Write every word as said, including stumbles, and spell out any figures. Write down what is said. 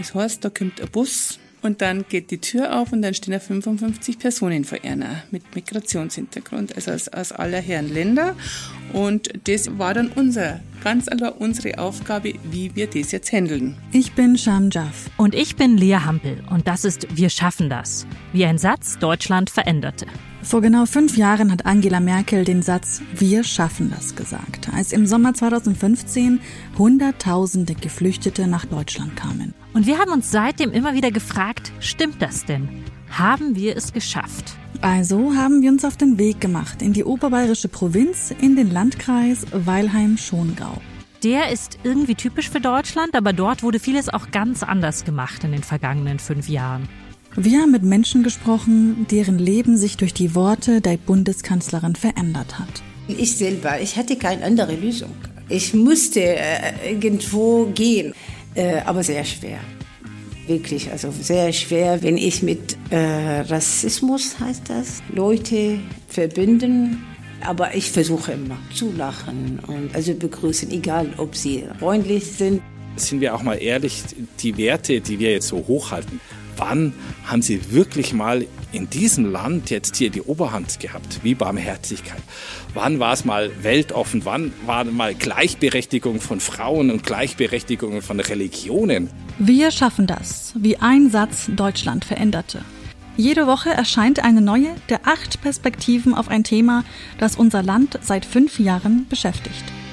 Das heißt, da kommt ein Bus und dann geht die Tür auf und dann stehen da fünfundfünfzig Personen vor einer mit Migrationshintergrund, also aus, aus aller Herren Länder. Und das war dann unser, ganz allein unsere Aufgabe, wie wir das jetzt handeln. Ich bin Sham Jaff. Und ich bin Lea Hampel und das ist Wir schaffen das, wie ein Satz Deutschland veränderte. Vor genau fünf Jahren hat Angela Merkel den Satz Wir schaffen das gesagt, als im Sommer zweitausendfünfzehn Hunderttausende Geflüchtete nach Deutschland kamen. Und wir haben uns seitdem immer wieder gefragt, stimmt das denn? Haben wir es geschafft? Also haben wir uns auf den Weg gemacht in die oberbayerische Provinz, in den Landkreis Weilheim-Schongau. Der ist irgendwie typisch für Deutschland, aber dort wurde vieles auch ganz anders gemacht in den vergangenen fünf Jahren. Wir haben mit Menschen gesprochen, deren Leben sich durch die Worte der Bundeskanzlerin verändert hat. Ich selber, ich hatte keine andere Lösung. Ich musste äh, irgendwo gehen, äh, aber sehr schwer. Wirklich, also sehr schwer, wenn ich mit äh, Rassismus, heißt das, Leute verbinden. Aber ich versuche immer zu lachen und also begrüßen, egal ob sie freundlich sind. Sind wir auch mal ehrlich, die Werte, die wir jetzt so hochhalten, wann haben sie wirklich mal in diesem Land jetzt hier die Oberhand gehabt, wie Barmherzigkeit? Wann war es mal weltoffen? Wann war mal Gleichberechtigung von Frauen und Gleichberechtigung von Religionen? Wir schaffen das, wie ein Satz Deutschland veränderte. Jede Woche erscheint eine neue der acht Perspektiven auf ein Thema, das unser Land seit fünf Jahren beschäftigt.